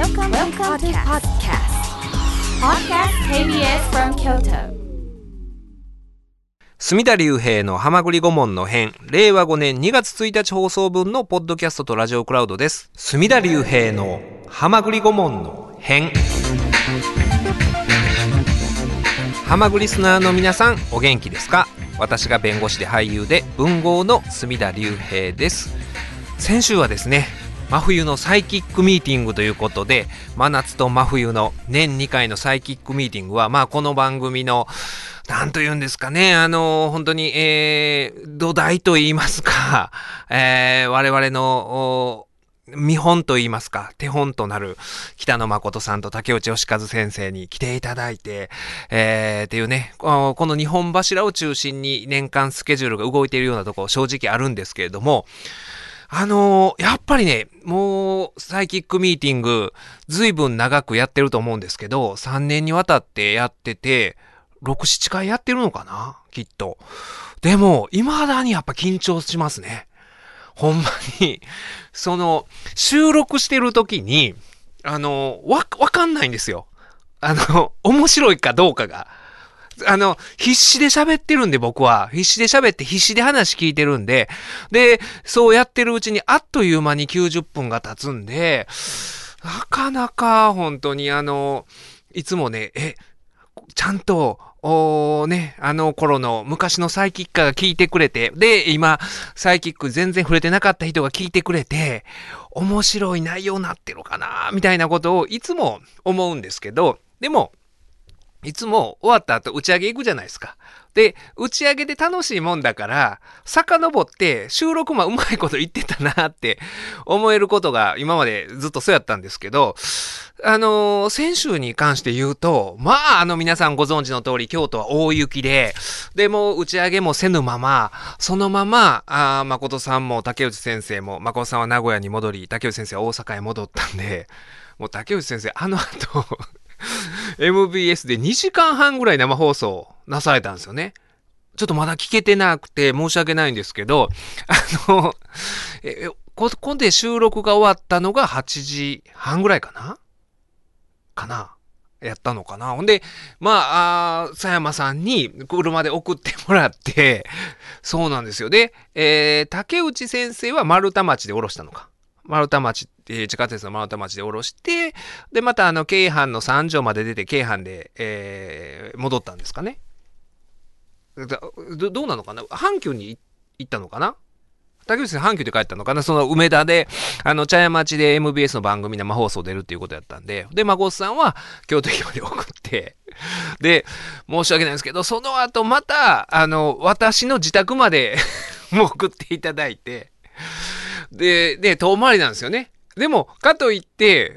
Welcome to podcast. Podcast KBS from Kyoto. 隅田隆平のはまぐり顧問の編、令和5年2月1日放送分のポッドキャストとラジオクラウドです。隅田隆平のはまぐり顧問の編。はまぐりリスナーの皆さん、お元気ですか？私が弁護士で俳優で文豪の隅田隆平です。先週はですね、真冬のサイキックミーティングということで、真夏と真冬の年2回のサイキックミーティングは、この番組のなんと言うんですかね、本当に、土台と言いますか、我々の見本と言いますか、手本となる北野誠さんと竹内義和先生に来ていただいて、っていうね、この2本柱を中心に年間スケジュールが動いているようなところ正直あるんですけれども、やっぱりね、もうサイキックミーティング随分長くやってると思うんですけど、3年にわたってやってて、6、7回やってるのかなきっと。でも、未だにやっぱ緊張しますね。ほんまに、収録してる時に、わかんないんですよ。面白いかどうかが。必死で喋ってるんで僕は。必死で喋って必死で話聞いてるんで。で、そうやってるうちにあっという間に90分が経つんで、なかなか本当にいつもね、ちゃんと、頃の昔のサイキックが聞いてくれて、で、今、サイキック全然触れてなかった人が聞いてくれて、面白い内容になってるかな、みたいなことをいつも思うんですけど、でも、いつも終わった後打ち上げ行くじゃないですか。で、打ち上げで楽しいもんだから、遡って収録もうまいこと言ってたなって思えることが今までずっとそうやったんですけど、先週に関して言うと、皆さんご存知の通り京都は大雪で、で、もう打ち上げもせぬまま、そのまま、誠さんも竹内先生も、誠さんは名古屋に戻り、竹内先生は大阪へ戻ったんで、もう竹内先生、後、MBS で2時間半ぐらい生放送なされたんですよね。ちょっとまだ聞けてなくて申し訳ないんですけど、ここで収録が終わったのが8時半ぐらいかなやったのかな。ほんで、佐山さんに車で送ってもらって、そうなんですよ。で、竹内先生は丸太町で降ろしたのか。丸太町、地下鉄の丸太町で降ろして、で、また京阪の三条まで出て、京阪で、戻ったんですかね。どうなのかな？阪急に行ったのかな？竹内先生阪急で帰ったのかな？その梅田で、茶屋町で MBS の番組生放送出るっていうことやったんで、で、誠さんは京都駅まで送って、で、申し訳ないんですけど、その後また、私の自宅までもう送っていただいて、で、遠回りなんですよね。でも、かといって、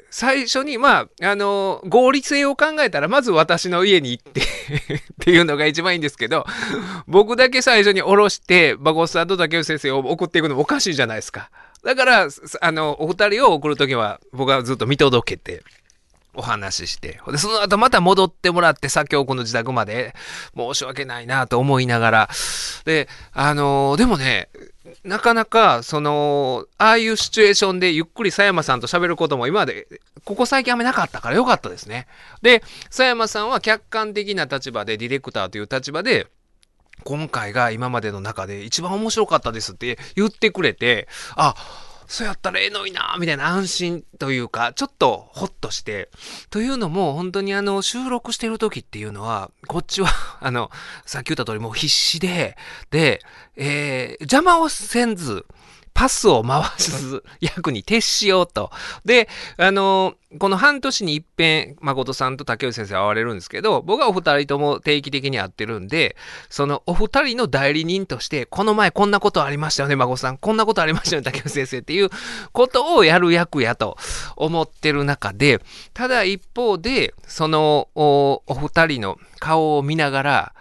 最初に、合理性を考えたら、まず私の家に行ってっていうのが一番いいんですけど、僕だけ最初に降ろして、誠さんと竹内先生を送っていくのもおかしいじゃないですか。だから、お二人を送るときは、僕はずっと見届けて、お話しして、で、その後また戻ってもらって、作曲の自宅まで、申し訳ないなと思いながら、で、でもね、なかなか、ああいうシチュエーションでゆっくり佐山さんと喋ることも今まで、ここ最近あんまりなかったからよかったですね。で、佐山さんは客観的な立場で、ディレクターという立場で、今回が今までの中で一番面白かったですって言ってくれて、そうやったらええのになみたいな安心というか、ちょっとホッとして、というのも本当に収録してる時っていうのは、こっちはさっき言った通りもう必死で、邪魔をせんず、パスを回す役に徹しようと。で、この半年に一遍、誠さんと竹内先生会われるんですけど、僕はお二人とも定期的に会ってるんで、そのお二人の代理人として、この前こんなことありましたよね、誠さん。こんなことありましたよね、竹内先生っていうことをやる役やと思ってる中で、ただ一方で、お二人の顔を見ながら、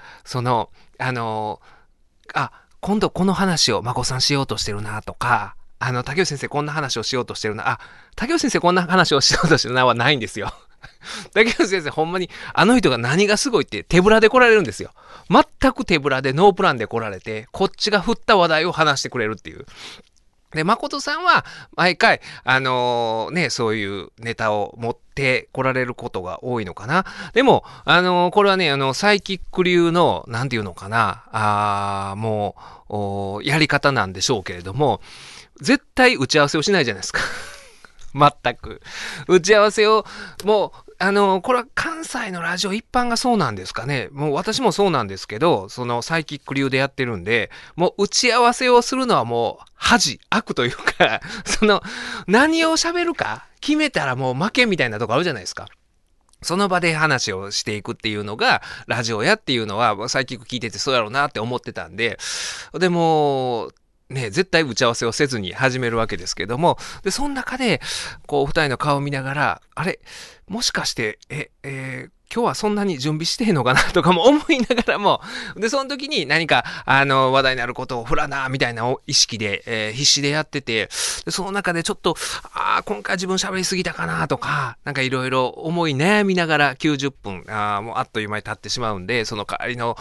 今度この話を誠さんしようとしてるなとか、竹内先生こんな話をしようとしてるな、竹内先生こんな話をしようとしてるなはないんですよ。竹内先生ほんまにあの人が何がすごいって手ぶらで来られるんですよ。全く手ぶらでノープランで来られて、こっちが振った話題を話してくれるっていう。 で、誠さんは毎回、そういうネタを持って来られることが多いのかな。でも、これはね、サイキック流の、なんていうのかな、やり方なんでしょうけれども、絶対打ち合わせをしないじゃないですか。全く。打ち合わせを、もう、これは関西のラジオ一般がそうなんですかね。もう私もそうなんですけど、そのサイキック流でやってるんで、もう打ち合わせをするのはもう悪というか、何を喋るか決めたらもう負けみたいなとこあるじゃないですか。その場で話をしていくっていうのが、ラジオやっていうのは、サイキック聞いててそうやろうなって思ってたんで、でも、ね、絶対打ち合わせをせずに始めるわけですけども、で、その中で、こう、二人の顔を見ながら、あれ、もしかして、今日はそんなに準備してへんのかなとかも思いながらも、で、その時に何か、話題になることを振らな、みたいな意識で、必死でやってて、で、その中でちょっと、今回自分喋りすぎたかなとか、なんかいろいろ思い悩みながら90分、もうあっという間に経ってしまうんで、その帰りの、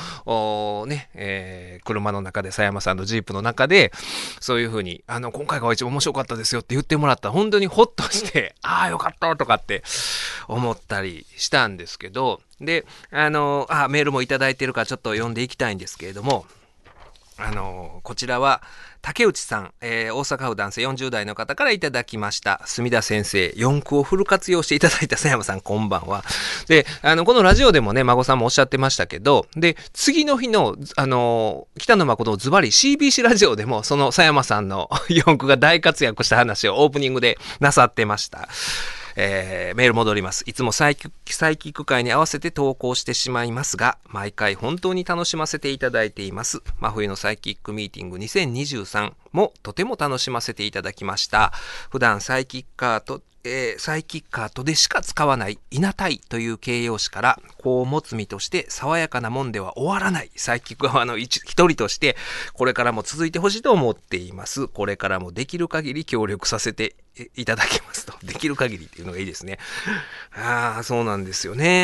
車の中で、佐山さんのジープの中で、そういうふうに、今回が一番面白かったですよって言ってもらったら、本当にホッとして、よかったとかって思ったりしたんですけど、で、メールもいただいてるからちょっと読んでいきたいんですけれども、こちらは、竹内さん、大阪府男性40代の方からいただきました。墨田先生、4句をフル活用していただいた佐山さん、こんばんは。で、このラジオでもね、孫さんもおっしゃってましたけど、で、次の日の、北野誠のズバリ CBC ラジオでも、その佐山さんの4句が大活躍した話をオープニングでなさってました。メール戻ります。いつもサイキック会に合わせて投稿してしまいますが、毎回本当に楽しませていただいています。真冬のサイキックミーティング2023もとても楽しませていただきました。普段サイキッカーとでしか使わない稲体という形容詞から子を持つ身として爽やかなもんでは終わらないサイキック側の一人としてこれからも続いてほしいと思っています。これからもできる限り協力させていただきますと。できる限りっていうのがいいですね。そうなんですよね。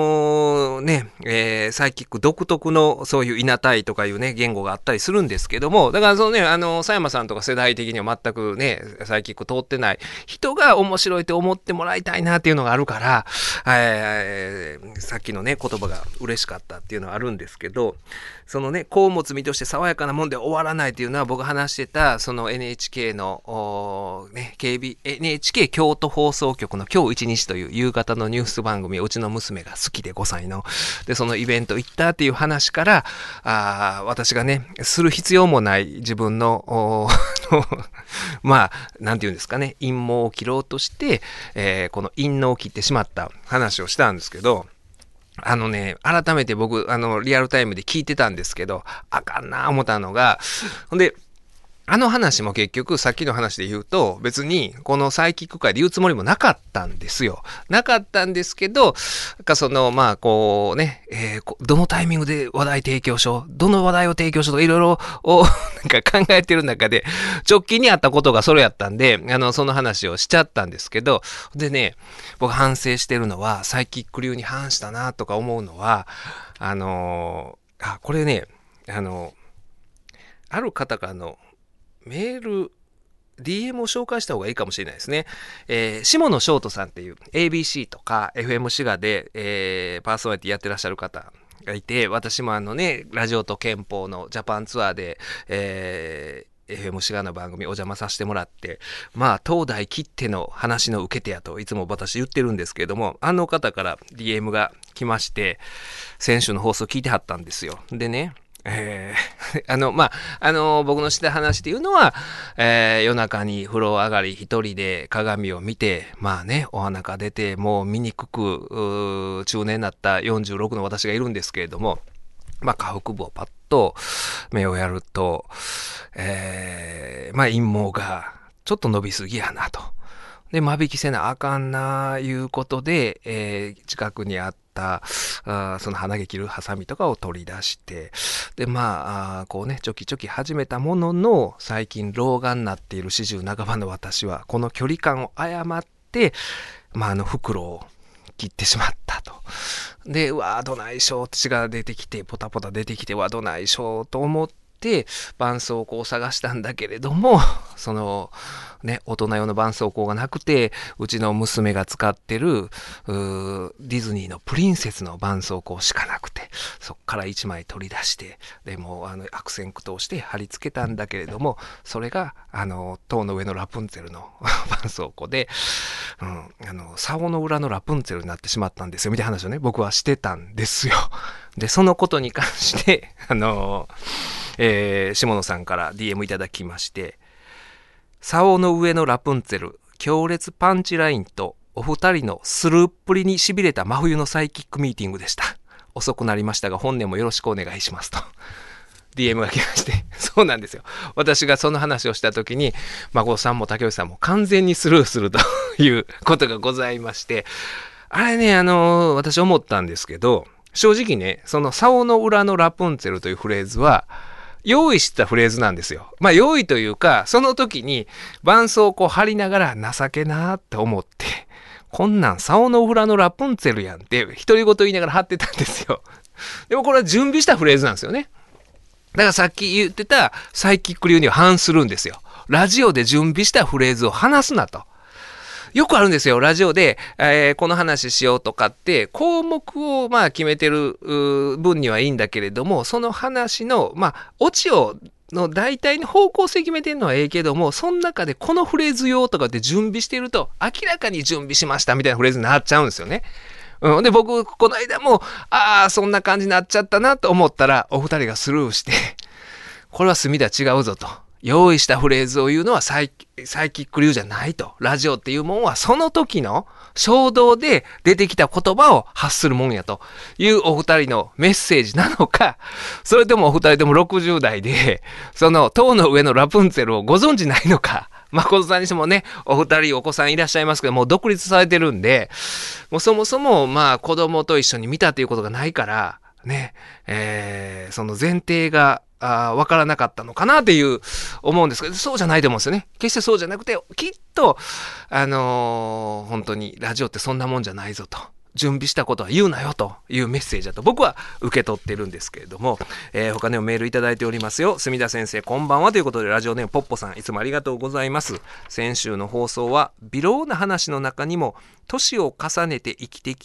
サイキック独特のそういう稲体とかいうね、言語があったりするんですけども、だからそのね、佐山さんとか世代的には全くね、サイキック通ってない人が面白いと思ってもらいたいなっていうのがあるから、さっきのね、言葉が嬉しかったっていうのはあるんですけど、そのね、子を持つ身として爽やかなもんで終わらないっていうのは僕話してた、その NHK の、NHK 京都放送局の今日一日という夕方のニュース番組をうちの娘が好きで5歳の。で、そのイベント行ったっていう話から、私がね、する必要もない自分の、なんていうんですかね、陰謀を切ろうとして、この陰謀を切ってしまった話をしたんですけど、改めて僕、リアルタイムで聞いてたんですけど、あかんな思ったのが、ほんで、話も結局さっきの話で言うと別にこのサイキック会で言うつもりもなかったんですよ。なかったんですけど、どのタイミングで話題提供しよう、どの話題を提供しようとかいろいろなんか考えてる中で直近にあったことがそれやったんで、その話をしちゃったんですけど、でね、僕反省してるのはサイキック流に反したなとか思うのは、これね、ある方からのメール、DM を紹介した方がいいかもしれないですね。下野翔斗さんっていう ABC とか FM 滋賀で、パーソナリティやってらっしゃる方がいて、私もラジオと憲法のジャパンツアーで、FM 滋賀の番組お邪魔させてもらって、東大切っての話の受け手やといつも私言ってるんですけれども、あの方から DM が来まして、先週の放送聞いてはったんですよ。でね、僕のした話っていうのは、夜中に風呂上がり一人で鏡を見て、お腹出て、もう見にくく、中年になった46の私がいるんですけれども、下腹部をパッと目をやると、陰毛がちょっと伸びすぎやなと。で、間引きせなあかんないうことで、近くにあったその鼻毛切るハサミとかを取り出して、で、ちょきちょき始めたものの、最近老眼になっている40半ばの私は、この距離感を誤って、袋を切ってしまったと。で、どないしょうって血が出てきて、ポタポタ出てきて、どないしょうと思って、 って絆創膏を探したんだけれども、そのね、大人用の絆創膏がなくて、うちの娘が使ってるディズニーのプリンセスの絆創膏しかなくて、そっから1枚取り出して、でも悪戦苦闘して貼り付けたんだけれども、それが塔の上のラプンツェルの絆創膏で、竿の裏のラプンツェルになってしまったんですよみたいな話をね、僕はしてたんですよ。でそのことに関して下野さんから DM いただきまして、竿の上のラプンツェル、強烈パンチラインとお二人のスルーっぷりに痺れた真冬のサイキックミーティングでした。遅くなりましたが本年もよろしくお願いしますと DM が来まして、そうなんですよ。私がその話をした時に誠さんも竹内さんも完全にスルーするということがございまして、あれね、私思ったんですけど、正直ね、その竿の裏のラプンツェルというフレーズは用意したフレーズなんですよ。まあ用意というか、その時に絆創膏貼りながら情けなーって思って、こんなん竿の裏のラプンツェルやんって独り言言いながら貼ってたんですよ。でもこれは準備したフレーズなんですよね。だからさっき言ってたサイキック流には反するんですよ。ラジオで準備したフレーズを話すなと。よくあるんですよ。ラジオで、この話しようとかって項目を決めてる分にはいいんだけれども、その話のオチをの大体の方向性決めてるのはええけども、その中でこのフレーズ用とかって準備してると明らかに準備しましたみたいなフレーズになっちゃうんですよね。で僕この間もそんな感じになっちゃったなと思ったらお二人がスルーして、これは隅田違うぞと。用意したフレーズを言うのはサイキック流じゃないと。ラジオっていうもんはその時の衝動で出てきた言葉を発するもんやというお二人のメッセージなのか、それともお二人とも60代でその塔の上のラプンツェルをご存知ないのか。誠さんにしてもね、お二人お子さんいらっしゃいますけどもう独立されてるんで、もうそもそも子供と一緒に見たということがないからね、その前提がわからなかったのかなっていう思うんですけど、そうじゃないと思うんですよね。決してそうじゃなくて、きっと本当にラジオってそんなもんじゃないぞと、準備したことは言うなよというメッセージだと僕は受け取ってるんですけれども、他にもメールいただいておりますよ。墨田先生こんばんはということで、ラジオネームポッポさんいつもありがとうございます。先週の放送は微妙な話の中にも年を重ねて生きて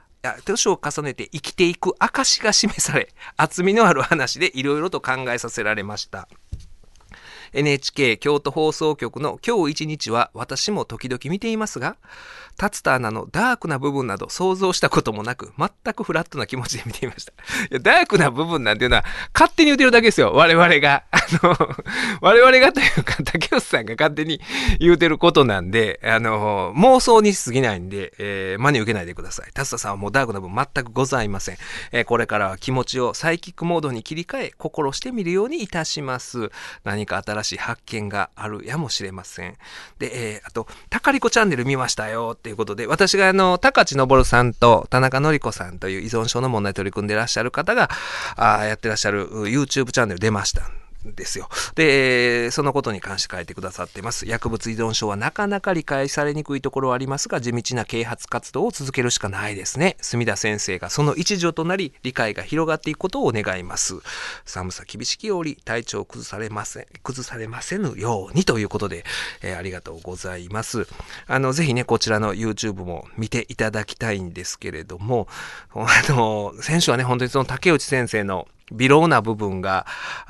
いく証が示され、厚みのある話でいろいろと考えさせられました。NHK 京都放送局の今日一日は私も時々見ていますが、竜田アナのダークな部分など想像したこともなく、全くフラットな気持ちで見ていました。いやダークな部分なんていうのは勝手に言ってるだけですよ。我々が我々がというか竹内さんが勝手に言うてることなんで、妄想に過ぎないんで、真に受けないでください。竜田さんはもうダークな部分全くございません。これからは気持ちをサイキックモードに切り替え、心してみるようにいたします。何か新しい発見があるやもしれません。で、あとたかりこチャンネル見ましたよということで、私が高知昇さんと田中典子さんという依存症の問題に取り組んでいらっしゃる方がやってらっしゃる YouTube チャンネル出ましたんですよ。で、そのことに関して書いてくださっています。薬物依存症はなかなか理解されにくいところはありますが、地道な啓発活動を続けるしかないですね。墨田先生がその一助となり、理解が広がっていくことを願います。寒さ厳しき折、体調を崩されませぬようにということで、ありがとうございます。ぜひね、こちらの YouTube も見ていただきたいんですけれども、先週はね、本当にその竹内先生の微妙な部分が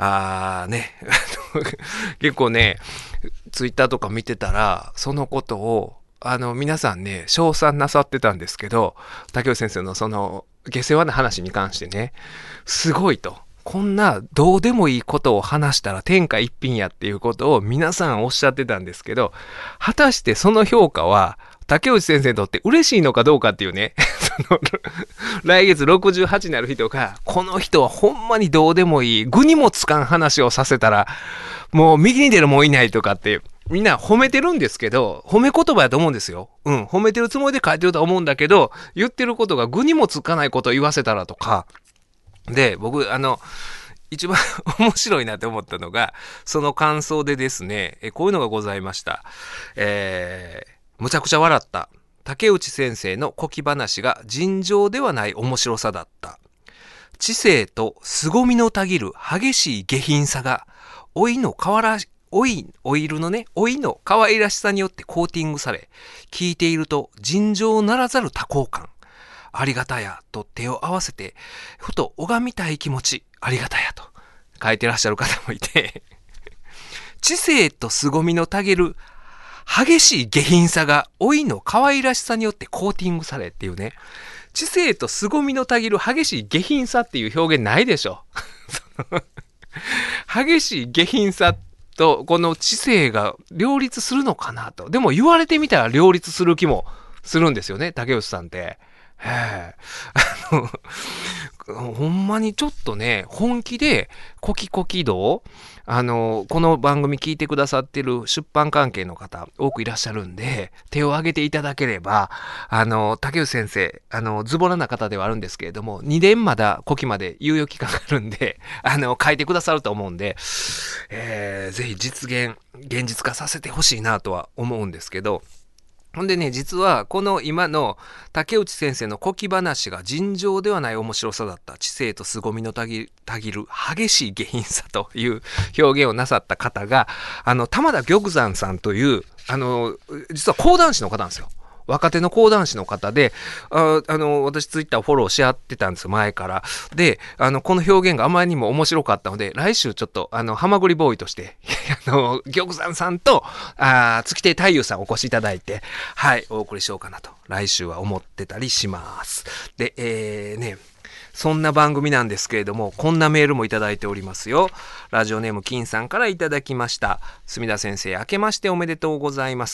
結構ねツイッターとか見てたらそのことを皆さんね称賛なさってたんですけど、竹内先生のその下世話な話に関してね、すごいと、こんなどうでもいいことを話したら天下一品やっていうことを皆さんおっしゃってたんですけど、果たしてその評価は竹内先生にとって嬉しいのかどうかっていうね来月68になる人が、この人はほんまにどうでもいい具にもつかん話をさせたらもう右に出るもんいないとかってみんな褒めてるんですけど、褒め言葉やと思うんですよ。褒めてるつもりで書いてると思うんだけど、言ってることが具にもつかないことを言わせたらとかで、僕一番面白いなって思ったのがその感想でですね、こういうのがございました。むちゃくちゃ笑った。竹内先生の古希話が尋常ではない面白さだった。 知性と凄みのたぎる激しい下品さが、老いの可愛らしさによってコーティングされ、聞いていると尋常ならざる多幸感。ありがたやと手を合わせて、ふと拝みたい気持ち、ありがたやと書いてらっしゃる方もいて、知性と凄みのたぎる激しい下品さが老いの可愛らしさによってコーティングされっていうね。知性と凄みのたぎる激しい下品さっていう表現ないでしょ。激しい下品さとこの知性が両立するのかなと。でも言われてみたら両立する気もするんですよね、竹内さんって。ほんまにちょっとね、本気でコキコキ道、この番組聞いてくださってる出版関係の方多くいらっしゃるんで、手を挙げていただければ、竹内先生、ズボラな方ではあるんですけれども、2年まだ古希まで猶予期間があるんで、書いてくださると思うんで、ぜひ現実化させてほしいなとは思うんですけど、ほんでね、実はこの今の竹内先生の古希話が尋常ではない面白さだった。知性と凄みのたぎる激しい下品さという表現をなさった方が、玉田玉山さんという、実は講談師の方なんですよ。若手の講談師の方で、私ツイッターをフォローし合ってたんですよ、前から。で、この表現があまりにも面白かったので、来週ちょっと、ハマグリボーイとして、玉山さんと、月亭太夫さんお越しいただいて、はい、お送りしようかなと、来週は思ってたりします。で、そんな番組なんですけれども、こんなメールもいただいておりますよ。ラジオネーム金さんからいただきました。墨田先生、明けましておめでとうございます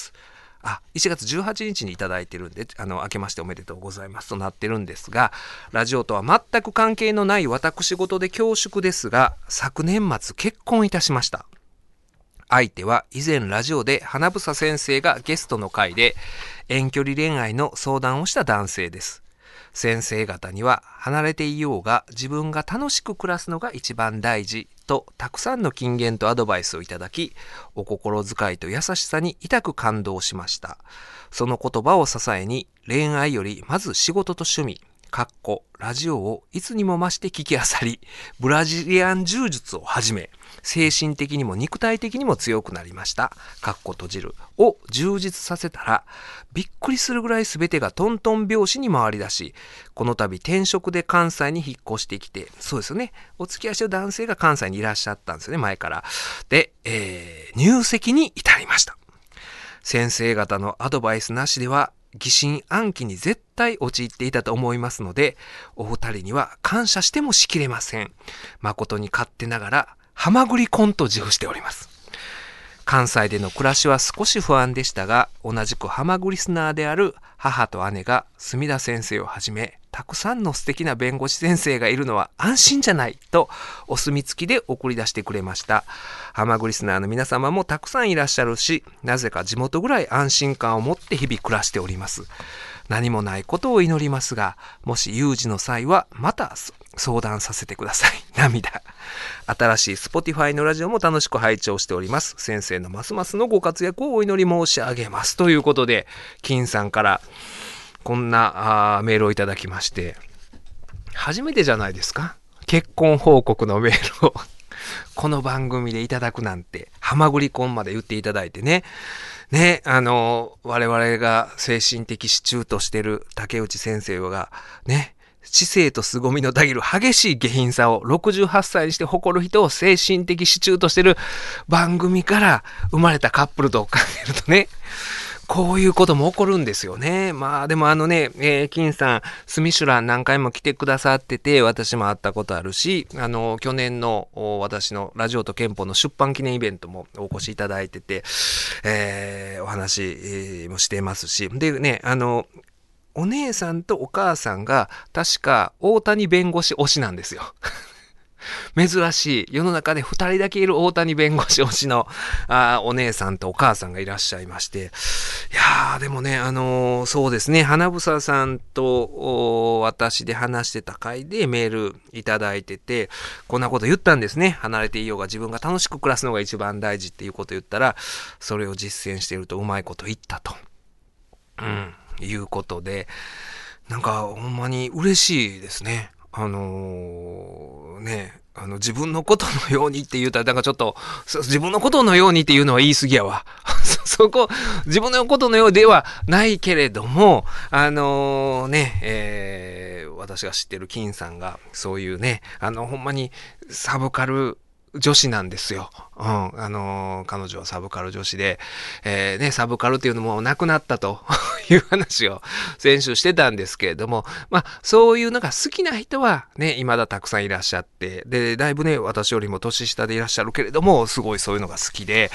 。1月18日にいただいてるんで、明けましておめでとうございますとなってるんですが、ラジオとは全く関係のない私事で恐縮ですが、昨年末結婚いたしました。相手は以前ラジオで花房先生がゲストの回で遠距離恋愛の相談をした男性です。先生方には離れていようが自分が楽しく暮らすのが一番大事とたくさんの金言とアドバイスをいただき、お心遣いと優しさに痛く感動しました。その言葉を支えに恋愛よりまず仕事と趣味、ラジオをいつにも増して聞き漁り、ブラジリアン柔術をはじめ、精神的にも肉体的にも強くなりました。閉じるを充実させたら、びっくりするぐらい全てがトントン拍子に回り出し、この度転職で関西に引っ越してきて、そうですよね。お付き合いしてる男性が関西にいらっしゃったんですよね、前から。で、入籍に至りました。先生方のアドバイスなしでは、疑心暗鬼に絶対陥っていたと思いますので、お二人には感謝してもしきれません。誠に勝手ながら、ハマグリ婚と自負しております。関西での暮らしは少し不安でしたが、同じくハマグリスナーである母と姉が墨田先生をはじめ、たくさんの素敵な弁護士先生がいるのは安心じゃないとお墨付きで送り出してくれました。ハマグリスナーの皆様もたくさんいらっしゃるし、なぜか地元ぐらい安心感を持って日々暮らしております。何もないことを祈りますが、もし有事の際はまた相談させてください。涙。新しい Spotify のラジオも楽しく拝聴しております。先生のますますのご活躍をお祈り申し上げます。ということで、金さんからこんなメールをいただきまして、初めてじゃないですか。結婚報告のメールをこの番組でいただくなんて、ハマグリ婚まで言っていただいてね。ね、我々が精神的支柱としてる竹内先生がね、知性と凄みのたぎる激しい下品さを68歳にして誇る人を精神的支柱としてる番組から生まれたカップルと考えるとね、こういうことも起こるんですよね。まあでも金さん、スミシュラン何回も来てくださってて、私も会ったことあるし、去年の私のラジオと憲法の出版記念イベントもお越しいただいてて、お話もしてますし、でね、お姉さんとお母さんが確か大谷弁護士推しなんですよ。珍しい世の中で2人だけいる大谷弁護士推しのお姉さんとお母さんがいらっしゃいまして、いやーでもね、そうですね、花房さんと私で話してた回でメールいただいてて、こんなこと言ったんですね。離れていようが自分が楽しく暮らすのが一番大事っていうことを言ったら、それを実践しているとうまいこと言ったと、いうことで、なんかほんまに嬉しいですね。 自分のことのようにって言うたら、なんかちょっと、自分のことのようにっていうのは言い過ぎやわ。自分のことのようではないけれども、私が知ってる金さんが、そういうね、ほんまにサブカル女子なんですよ。彼女はサブカル女子で、サブカルっていうのもなくなったという話を先週してたんですけれども、そういうのが好きな人はね、未だたくさんいらっしゃって、で、だいぶね、私よりも年下でいらっしゃるけれども、すごいそういうのが好きで、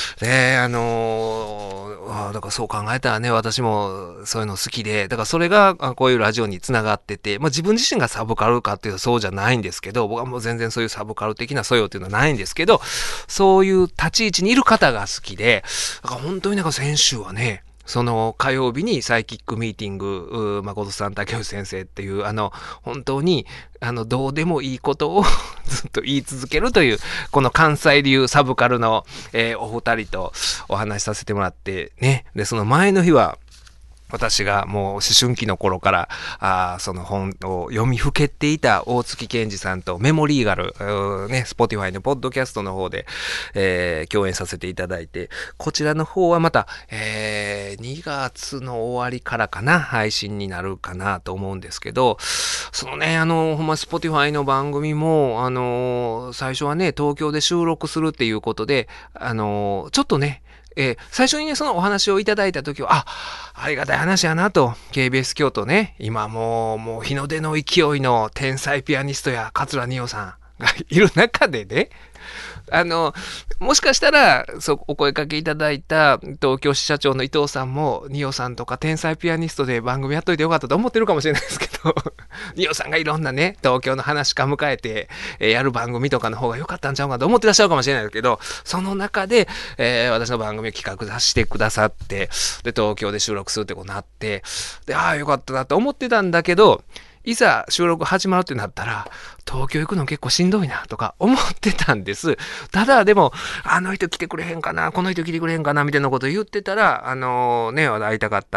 だからそう考えたらね、私もそういうの好きで、だからそれがこういうラジオにつながってて、自分自身がサブカルかっていうとそうじゃないんですけど、僕はもう全然そういうサブカル的な素養っていうのはないんですけど、そういう立ち位置にいる方が好きで、だから本当になんか先週はね、その火曜日にサイキックミーティング、誠さん、竹内先生っていう、本当に、どうでもいいことをずっと言い続けるという、この関西流サブカルの、お二人とお話しさせてもらってね。で、その前の日は、私がもう思春期の頃からその本を読みふけっていた大月健二さんとメモリーガル、Spotify のポッドキャストの方で、共演させていただいて、こちらの方はまた、2月の終わりからかな、配信になるかなと思うんですけど、そのね、ほんま Spotify の番組も、最初はね、東京で収録するっていうことで、ちょっとね、最初にね、そのお話をいただいたときは、ありがたい話やなと、KBS 京都ね、今もう日の出の勢いの天才ピアニストや桂二葉さんがいる中でね、もしかしたら、お声かけいただいた東京支社長の伊藤さんも、二葉さんとか天才ピアニストで番組やっといてよかったと思ってるかもしれないですけど、二葉さんがいろんなね、東京の話か迎えて、やる番組とかの方が良かったんちゃうかと思ってらっしゃるかもしれないですけど、その中で、私の番組を企画してくださって、で、東京で収録するってことになって、で、よかったなと思ってたんだけど、いざ収録始まるってなったら、東京行くの結構しんどいなとか思ってたんです。ただでも、あの人来てくれへんかな、この人来てくれへんかな、みたいなこと言ってたら、会いたかった、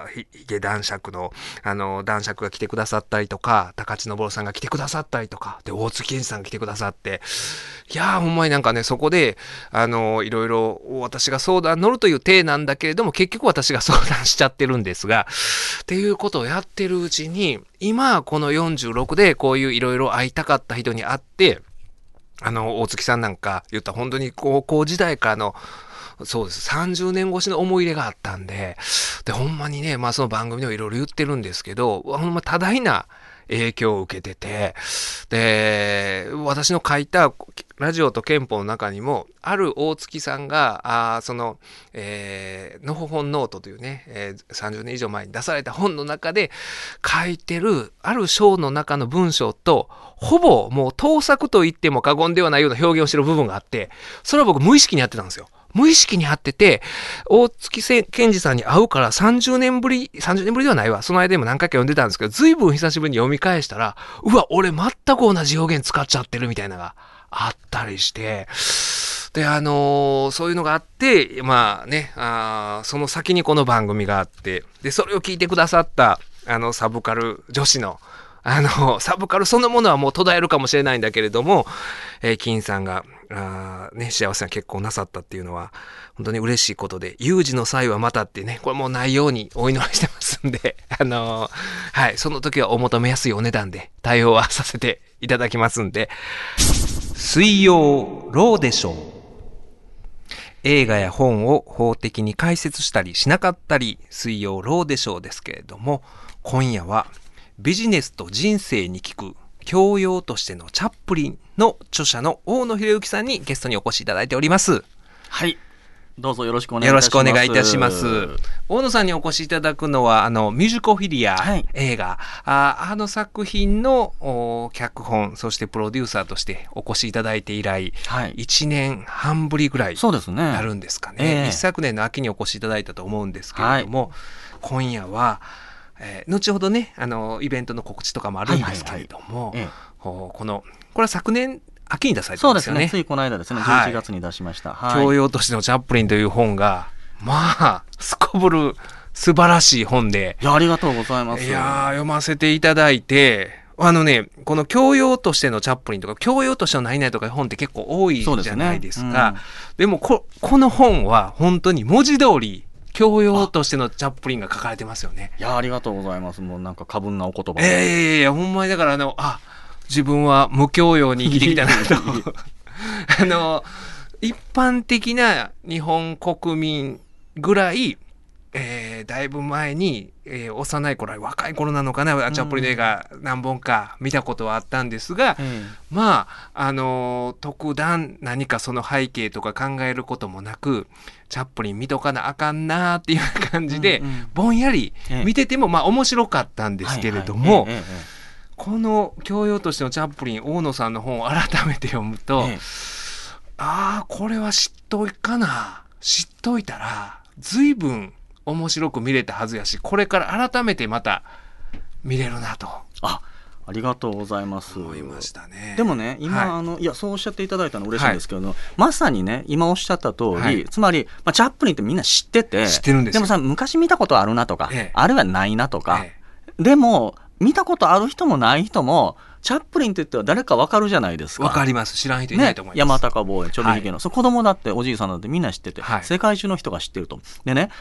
ヒゲ男爵の、男爵が来てくださったりとか、高知昇さんが来てくださったりとか、で、大月健二さんが来てくださって、いやー、ほんまになんかね、そこで、いろいろ私が相談乗るという体なんだけれども、結局私が相談しちゃってるんですが、っていうことをやってるうちに、今、この46でこういういろいろ会いたかった人に会って、大月さんなんか言った本当に高校時代からの、そうです。30年越しの思い入れがあったんで、で、ほんまにね、その番組でもいろいろ言ってるんですけど、ほんま多大な影響を受けてて、で、私の書いたラジオと憲法の中にも、ある大月さんが、のほほんノートというね、30年以上前に出された本の中で書いてる、ある章の中の文章と、ほぼもう盗作と言っても過言ではないような表現をしてる部分があって、それは僕無意識にやってたんですよ。無意識にやってて、大月健二さんに会うから30年ぶりではないわ。その間でも何回か読んでたんですけど、随分久しぶりに読み返したら、うわ、俺全く同じ表現使っちゃってるみたいなのがあったりして、で、そういうのがあって、その先にこの番組があって、で、それを聞いてくださった、サブカル女子の、サブカルそのものはもう途絶えるかもしれないんだけれども、金さんが、幸せな結婚なさったっていうのは、本当に嬉しいことで、有事の際はまたってね、これもうないようにお祈りしてますんで、はい、その時はお求めやすいお値段で対応はさせていただきますんで、水曜ローでしょう。映画や本を法的に解説したりしなかったり、水曜ローでしょうですけれども、今夜はビジネスと人生に効く教養としてのチャップリンの著者の大野博之さんにゲストにお越しいただいております。 はい。どうぞよろしくお願いいたします。 よろしくお願いいたします。大野さんにお越しいただくのは、ミュージコフィリア映画、作品の脚本、そしてプロデューサーとしてお越しいただいて以来、1年半ぶりぐらいになるんですかね。一昨年の秋にお越しいただいたと思うんですけれども、今夜は、後ほどね、イベントの告知とかもあるんですけれども、これは昨年秋に出されたんですよね。 そうですね。ついこの間ですね、11月に出しました。 教養としてのチャップリンという本が、すこぶる素晴らしい本で。 いや、ありがとうございます。 いや、読ませていただいて、 この教養としてのチャップリンとか教養としての何々とか本って結構多いじゃないですか。でもこの本は本当に文字通り教養としてのチャップリンが書かれてますよね。 いや、ありがとうございます。もうなんか過分なお言葉で。いやほんまにだから自分は無教養に生きてきたなと一般的な日本国民ぐらい、だいぶ前に、幼い頃若い頃なのかな、チャップリンの映画何本か見たことはあったんですが、特段何かその背景とか考えることもなくチャップリン見とかなあかんなっていう感じで、ぼんやり見てても面白かったんですけれども、この教養としてのチャップリン大野さんの本を改めて読むと、これは知っといたら随分面白く見れたはずやし、これから改めてまた見れるなと。 ありがとうございます。 思いましたね。 でもね今、いやそうおっしゃっていただいたの嬉しいんですけど、まさにね今おっしゃった通り、つまり、チャップリンってみんな知ってて、 るんですよ。 でもさ昔見たことあるなとか、あるいはないなとか、でも見たことある人もない人もチャップリンって言っては誰か分かるじゃないですか。 分かります。知らん人いないと思います。 山高坊ちょびひげの、子供だっておじいさんだってみんな知ってて、世界中の人が知ってると。でね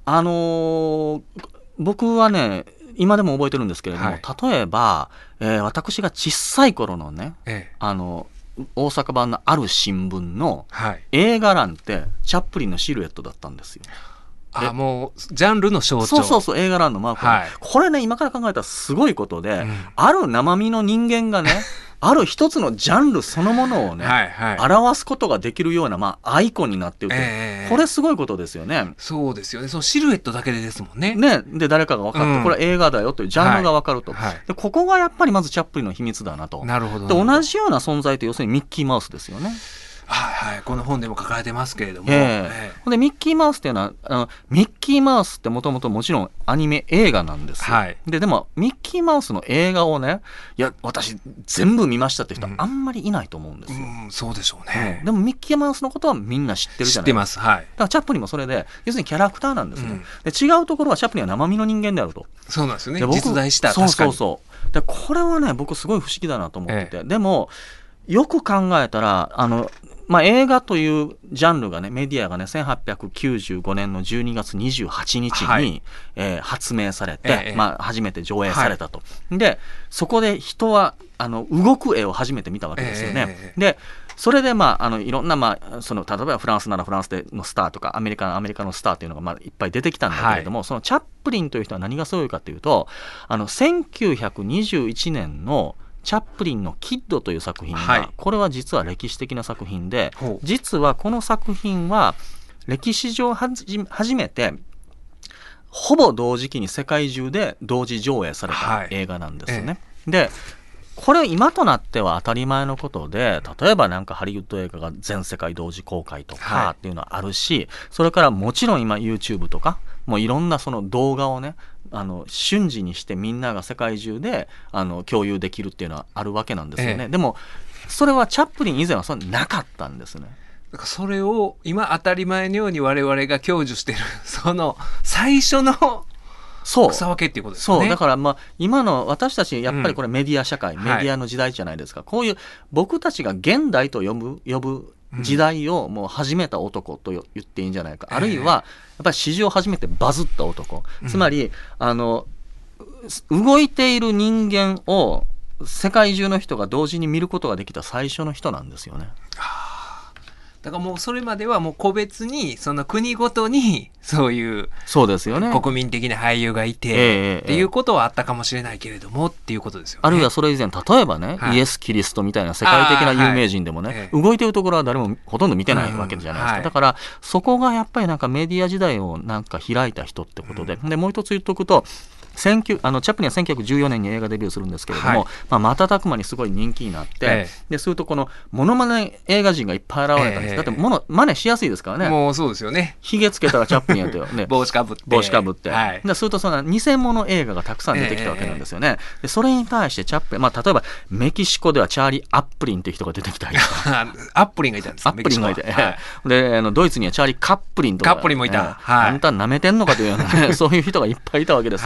僕はね今でも覚えてるんですけれども、例えば、私が小さい頃のね、大阪版のある新聞の映画欄ってチャップリンのシルエットだったんですよ。 もうジャンルの象徴。 そう映画欄のマーク、これね今から考えたらすごいことで、ある生身の人間がねある一つのジャンルそのものをね、表すことができるような、アイコンになっていると、これすごいことですよね。 そうですよね。そのシルエットだけでですもんね。 で誰かが分かって、これは映画だよというジャンルが分かると、でここがやっぱりまずチャップリンの秘密だなと。 なるほど。 で同じような存在って要するにミッキーマウスですよね。 この本でも書かれてますけれども、 でミッキーマウスっていうのはミッキーマウスってもともともちろんアニメ映画なんですよ。でもミッキーマウスの映画をね、いや私全部見ましたって人はあんまりいないと思うんですよ。 そうでしょうね。 でもミッキーマウスのことはみんな知ってるじゃないですか。知ってます。だからチャップリンもそれで要するにキャラクターなんですね。で違うところはチャップリンは生身の人間であると。 そうなんですよね。実在した。確かに。 でこれはね僕すごい不思議だなと思ってて、でもよく考えたら映画というジャンルがねメディアがね1895年の12月28日に、発明されて、初めて上映されたと。でそこで人は動く絵を初めて見たわけですよね。でそれでいろんなその例えばフランスならフランスでのスターとかアメリカのスターというのがいっぱい出てきたんだけれども、そのチャップリンという人は何がすごいかというと1921年のチャップリンのキッドという作品が、これは実は歴史的な作品で、実はこの作品は歴史上初めてほぼ同時期に世界中で同時上映された映画なんですよね。でこれ今となっては当たり前のことで、例えばなんかハリウッド映画が全世界同時公開とかっていうのはあるし、それからもちろん今 YouTube とかもういろんなその動画をね瞬時にしてみんなが世界中で共有できるっていうのはあるわけなんですよね。でもそれはチャップリン以前はそれなかったんですね。 だからそれを今当たり前のように我々が享受してるその最初の草分けっていうことですね。 だから今の私たちやっぱりこれメディア社会、メディアの時代じゃないですか。こういう僕たちが現代と呼ぶ時代をもう始めた男と言っていいんじゃないか、あるいはやっぱり史上初めてバズった男、つまり動いている人間を世界中の人が同時に見ることができた最初の人なんですよね。 だからもうそれまではもう個別にその国ごとにそういう国民的な俳優がいてっていうことはあったかもしれないけれどもっていうことですよね。 あるいはそれ以前例えばね、イエス・キリストみたいな世界的な有名人でもね、動いてるところは誰もほとんど見てないわけじゃないですか。だからそこがやっぱりなんかメディア時代をなんか開いた人ってことで、でもう一つ言っとくとチャップリンは1914年に映画デビューするんですけれども、瞬く間にすごい人気になって、でするとこのモノマネ映画人がいっぱい現れたんです。だって真似しやすいですからね。 もうそうですよね。 ひげつけたらチャップリンやったよね。帽子かぶって、するとその偽物映画がたくさん出てきたわけなんですよね。でそれに対してチャップリン、例えばメキシコではチャーリー・アップリンという人が出てきたりとかアップリンがいたんですか。 アップリンがいて、でドイツにはチャーリー・カップリンとか、 カップリンもいた。 あんた舐めてんのかというような、そういう人がいっぱいいたわけですよ。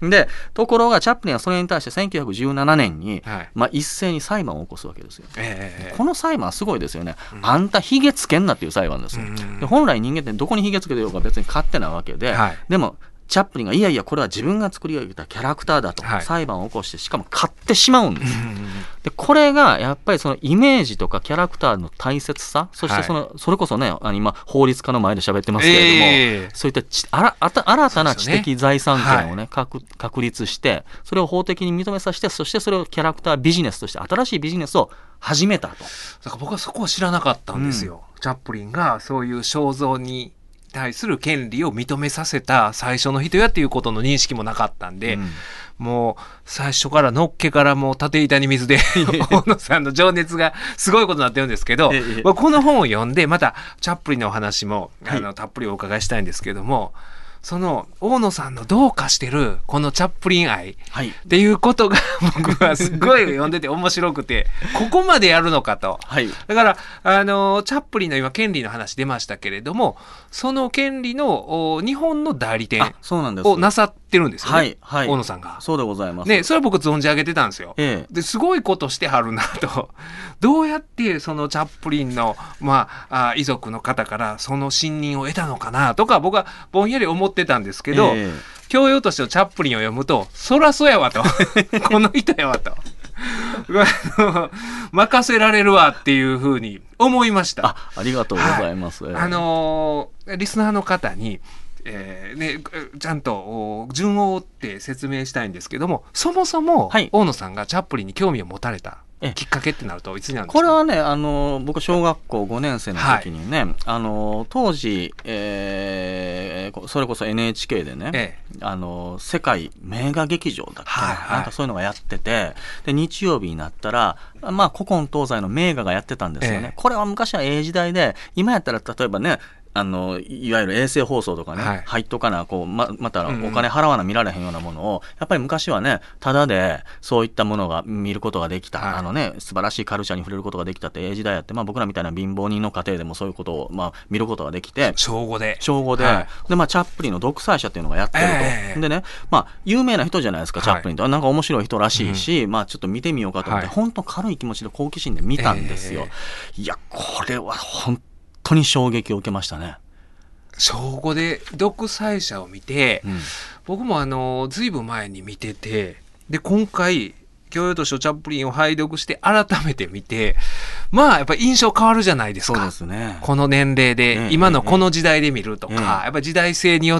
でところがチャップリンはそれに対して1917年に、 はい一斉に裁判を起こすわけですよ。 ここの裁判はすごいですよね。あんたヒゲつけんなっていう裁判ですよ。で本来人間ってどこにヒゲつけてようか別に勝手なわけで、 はいでもチャップリンがいやいやこれは自分が作り上げたキャラクターだとはい裁判を起こしてしかも勝ってしまうんです。でこれがやっぱりそのイメージとかキャラクターの大切さ、そしてそれこそね今法律家の前で喋ってますけれども、そういった新たな知的財産権をね、確立してそれを法的に認めさせて、そしてそれをキャラクタービジネスとして新しいビジネスを始めたと。 だから僕はそこは知らなかったんですよ、チャップリンがそういう肖像に対する権利を認めさせた最初の人やっていうことの認識もなかったんで、もう最初からのっけからもう縦板に水で大野さんの情熱がすごいことになってるんですけど、この本を読んでまたチャップリンのお話もたっぷりお伺いしたいんですけども、その大野さんのどうかしてるこのチャップリン愛っていうことが僕はすごい読んでて面白くてここまでやるのかと、だからチャップリンの今権利の話出ましたけれども、その権利の日本の代理店をなさってるんですよね、大野さんが。 そうでございます、 ね、それは僕存じ上げてたんですよ、ですごいことしてはるなとどうやってそのチャップリンの、遺族の方からその信任を得たのかなとか僕はぼんやり思ってたんですけど、教養としてのチャップリンを読むとそらそうやわとこの人やわと任せられるわっていうふうに思いました。 ありがとうございます、 リスナーの方にちゃんと順を追って説明したいんですけども、そもそも大野さんがチャップリンに興味を持たれたきっかけってなるといつになるんですか？ これはね僕小学校5年生の時にね、当時、それこそ NHK でね、世界名画劇場だっけ、なんかそういうのがやってて、で日曜日になったら古今東西の名画がやってたんですよね、これは昔は時代で、今やったら例えばねいわゆる衛星放送とかね、入っとかなまたお金払わな見られへんようなものをやっぱり昔はねタダでそういったものが見ることができた、素晴らしいカルチャーに触れることができたって時代やって、僕らみたいな貧乏人の家庭でもそういうことを見ることができて、 小5で、 でチャップリンの独裁者っていうのがやってると、でね有名な人じゃないですか、チャップリンとなんか面白い人らしいし、ちょっと見てみようかと思って、本当軽い気持ちで好奇心で見たんですよ、いやこれは本当に衝撃を受けましたね。 小5で独裁者を見て、僕もずいぶん前に見てて、で今回教養としてチャップリンを拝読して改めて見て、やっぱり印象変わるじゃないですか。 そうですね、 この年齢で、今のこの時代で見るとか、やっぱり時代性によって、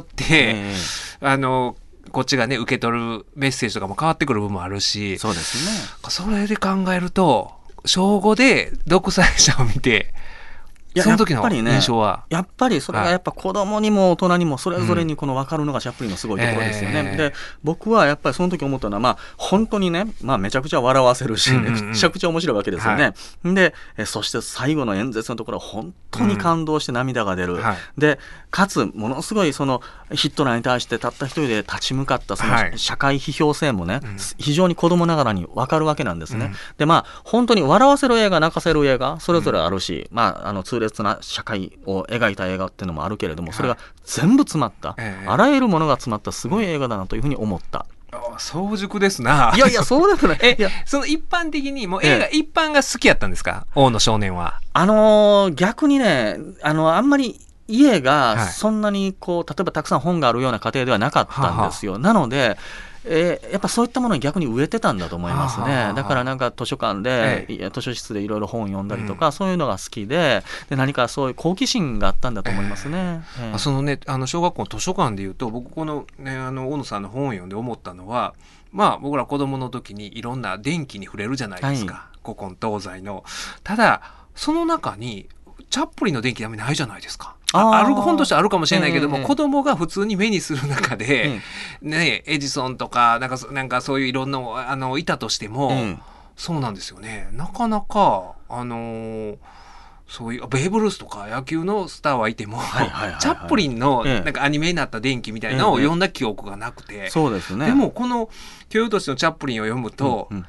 こっちがね受け取るメッセージとかも変わってくる部分もあるし、 そうですね、 それで考えると小5で独裁者を見て、その時の印象はやっぱりそれがやっぱ子供にも大人にもそれぞれにこの分かるのがチャップリンのすごいところですよね、で僕はやっぱりその時思ったのは本当にね、めちゃくちゃ笑わせるし、めちゃくちゃ面白いわけですよね、でそして最後の演説のところは本当に感動して涙が出る、でかつものすごいそのヒットラーに対してたった一人で立ち向かったその社会批評性もね、非常に子供ながらに分かるわけなんですね、で本当に笑わせる映画泣かせる映画それぞれあるし、痛烈な社会を描いた映画っていうのもあるけれども、それが全部詰まった、あらゆるものが詰まったすごい映画だなというふうに思った。 早熟ですな。 いやそうでもないその一般的にもう映画一般が好きやったんですか、大野少年は。 逆にねあんまり家がそんなに例えばたくさん本があるような家庭ではなかったんですよ。なのでやっぱそういったものに逆に植えてたんだと思いますね。だからなんか図書館で、図書室でいろいろ本読んだりとか、そういうのが好きで、何かそういう好奇心があったんだと思いますね。 そのね小学校の図書館でいうと、僕このね大野さんの本を読んで思ったのは、僕ら子供の時にいろんな電気に触れるじゃないですか、古今東西の。ただその中にチャップリンの電気あんまりないじゃないですか。ある本としてあるかもしれないけども、子供が普通に目にする中で、エジソンとかなんかそういういろんないたとしても、そうなんですよね。なかなかそういうベーブ・ルースとか野球のスターはいても、チャップリンのなんかアニメになった電気みたいなのを読んだ記憶がなくて、 そうですね。 でもこの教養としてのチャップリンを読むと、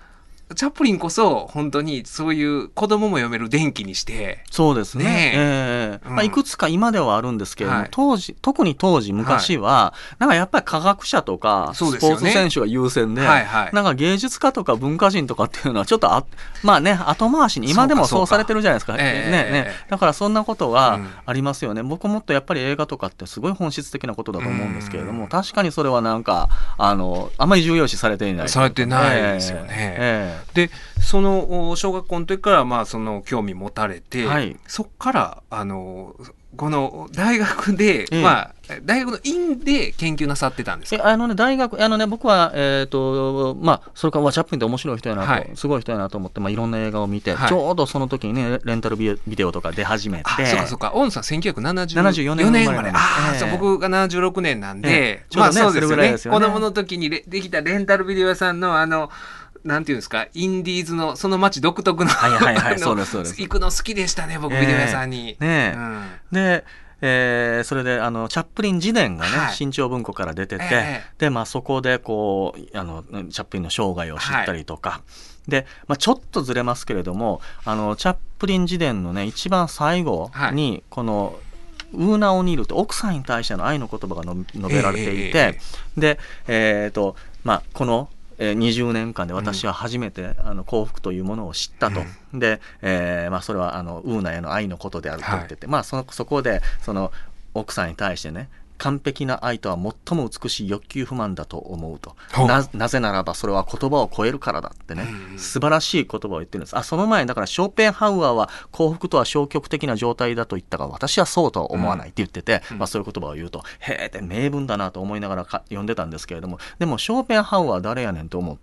チャップリンこそ本当にそういう子供も読める伝記にして。 そうですね。いくつか今ではあるんですけれども、特に当時昔は、なんかやっぱり科学者とかスポーツ選手が優先で、なんか芸術家とか文化人とかっていうのはちょっとまあね、後回しに、今でもそうされてるじゃないですか。だからそんなことがありますよね。僕もっとやっぱり映画とかってすごい本質的なことだと思うんですけれども、確かにそれはなんかあんまり重要視されていない。 されてないですよね。で、その小学校の時からまあその興味持たれて、そっからこの大学で、まあ大学の院で研究なさってたんですか？ 大学僕はまあそれからチャップリンって面白い人やなと、すごい人やなと思って、まあいろんな映画を見て、ちょうどその時にねレンタルビデオとか出始めて。 そうか大野さん1974年生まれ。そう僕が76年なんで、まあそうですよね。子供の時にできたレンタルビデオ屋さんのなんていうんですか、インディーズのその街独特の行くの好きでしたね、僕ビデオ屋さんに。 でそれでチャップリン自伝がね、新潮文庫から出てて、でまあそこでこうチャップリンの生涯を知ったりとか、で、まあ、ちょっとずれますけれどもチャップリン自伝のね一番最後にこのウーナ・オニールって奥さんに対しての愛の言葉が述べられていて、でまあこの20年間で私は初めて幸福というものを知ったと。で、まあ、それはウーナへの愛のことであると言ってて、まあ、そこでその奥さんに対してね、完璧な愛とは最も美しい欲求不満だと思うと。なぜならばそれは言葉を超えるからだってね、素晴らしい言葉を言ってるんです。その前にだからショーペンハウアーは幸福とは消極的な状態だと言ったが私はそうとは思わないって言ってて、まあ、そういう言葉を言うとへーって名文だなと思いながら読んでたんですけれども、でもショーペンハウアーは誰やねんと思って、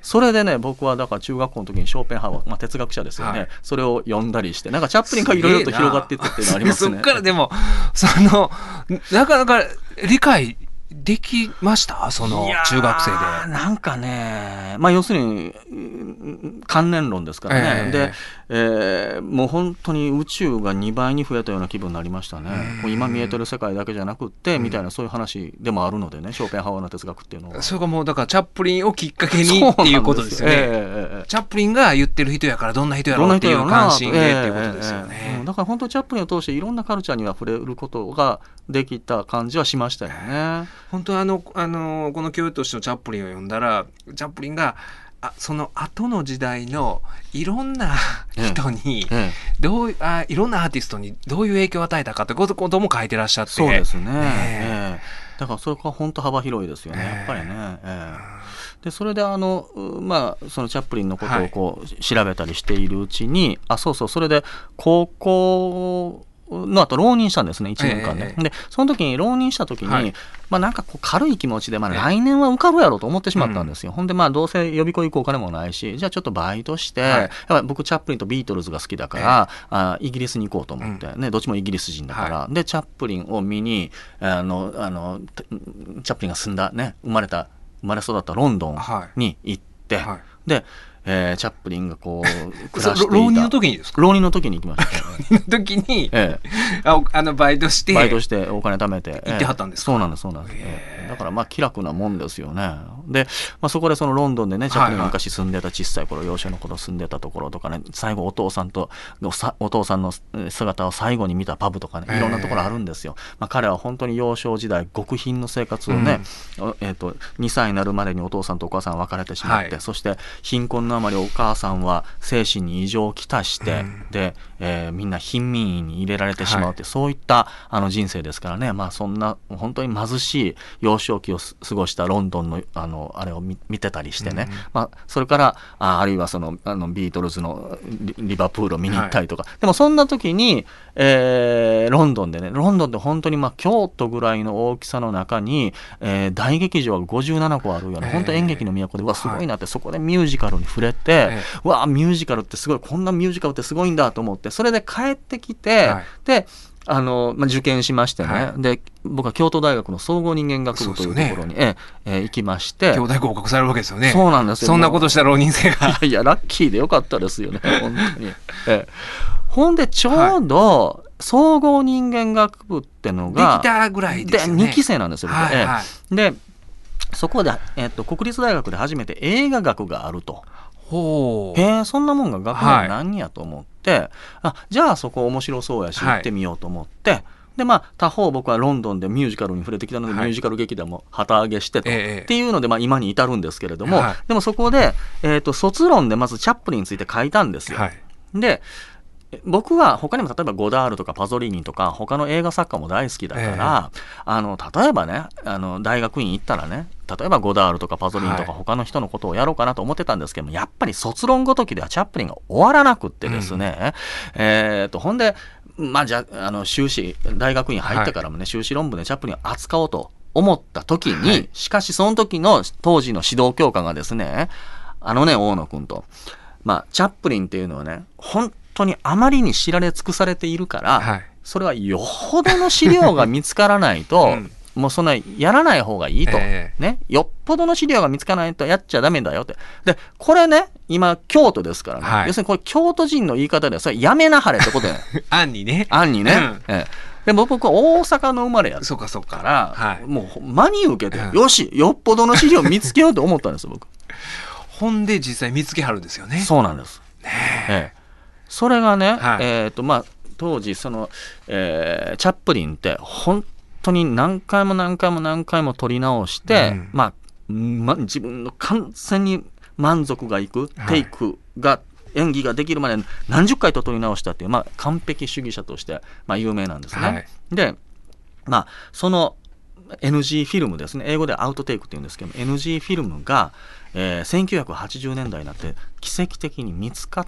それでね僕はだから中学校の時にショーペンハウアー、まあ、哲学者ですよね、それを読んだりして、なんかチャップリンがいろいろと広がっていってっていうのがありますね。 そっからでもなかなか理解できました？その中学生で。 なんかね、まあ要するに観念論ですからね。で、もう本当に宇宙が2倍に増えたような気分になりましたね。今見えてる世界だけじゃなくってみたいな、そういう話でもあるのでね、ショーペンハワーの哲学っていうのは。 それがもうだからチャップリンをきっかけにっていうことですよね。チャップリンが言ってる人やからどんな人やろうっていう関心でっていうことですよね。 だから本当にチャップリンを通していろんなカルチャーには触れることができた感じはしましたよね。 本当この教養師のチャップリンを読んだら、チャップリンがその後の時代のいろんな人にいろんなアーティストにどういう影響を与えたかということも書いてらっしゃって。 そうですね。だからそれが本当幅広いですよね、やっぱりね。でそれでまあそのチャップリンのことをこう調べたりしているうちに、それで高校の後浪人したんですね、1年間で。でその時に浪人した時に、まあなんかこう軽い気持ちで、まあ来年は受かるやろうと思ってしまったんですよ。ほんでまあどうせ予備校行くお金もないし、じゃあちょっとバイトして、やっぱり僕チャップリンとビートルズが好きだからイギリスに行こうと思って、ね、どっちもイギリス人だから、でチャップリンを見にチャップリンが住んだね、生まれ育ったロンドンに行って、でチャップリンがこう暮らしていた。 浪人の時にですか？ 浪人の時に行きました。 浪人の時に、バイトしてお金貯めて行ってはったんですか？ そうなんです。だからまあ気楽なもんですよね。で、まあ、そこでそのロンドンでね、チャップリンが昔住んでた小さい頃、幼少の頃住んでたところとかね、最後お父さんの姿を最後に見たパブとかね、いろんなところあるんですよ。まあ、彼は本当に幼少時代極貧の生活をね、2歳になるまでにお父さんとお母さんは別れてしまって、そして貧困のあまりお母さんは精神に異常をきたして、で、みんな貧民院に入れられてしまうって、そういった人生ですからね。まあそんな本当に貧しい幼少期を過ごしたロンドンのあれを見てたりしてね、まあ、それからあるいはそのビートルズのリバプールを見に行ったりとか、でもそんな時に、ロンドンで本当にまあ京都ぐらいの大きさの中に、大劇場が57個あるような、本当演劇の都で、すごいなって、そこでミュージカルに触れて、ミュージカルってすごい、こんなミュージカルってすごいんだと思って、それで帰ってきて、で受験しましてね、で僕は京都大学の総合人間学部というところに、行きまして、 京大合格されるわけですよね。 そうなんですよ。 そんなことした浪人生がいやラッキーでよかったですよね、本当に。ほんでちょうど、総合人間学部ってのができたぐらいですよね。 2期生なんですよ。でそこで、国立大学で初めて映画学があるとほう。 へえ、そんなもんが学年何やと思って、じゃあそこ面白そうやし行ってみようと思って、で他方僕はロンドンでミュージカルに触れてきたので、ミュージカル劇団も旗揚げしてと、っていうので今に至るんですけれども、でもそこで、卒論でまずチャップリンについて書いたんですよ。で僕は他にも例えばゴダールとかパゾリーニとか他の映画作家も大好きだから、例えばね大学院行ったらね、例えばゴダールとかパゾリーニとか他の人のことをやろうかなと思ってたんですけども、やっぱり卒論ごときではチャップリンが終わらなくってですね、ほんでじゃあ修士大学院入ってからもね、修士論文でチャップリンを扱おうと思った時に、しかしその時の当時の指導教官がですね、大野君と、チャップリンっていうのはね本当にあまりに知られ尽くされているから、それはよほどの資料が見つからないと、もうそんなやらない方がいいと、ね、よっぽどの資料が見つからないとやっちゃダメだよって。でこれね今京都ですからね、要するにこれ京都人の言い方ではそれやめなはれってことね案にねでも僕は大阪の生まれやから、もう真に受けて、よしよっぽどの資料見つけようと思ったんですよ僕。 ほんで実際見つけはるんですよね。 そうなんですそれがね、当時その、チャップリンって本当に何回も撮り直して、自分の完全に満足がいくテイクが、演技ができるまで何十回と撮り直したっていう、完璧主義者として、有名なんですね。でその NG フィルムですね、英語でアウトテイクっていうんですけども、 NG フィルムが1980年代になって奇跡的に見つかって、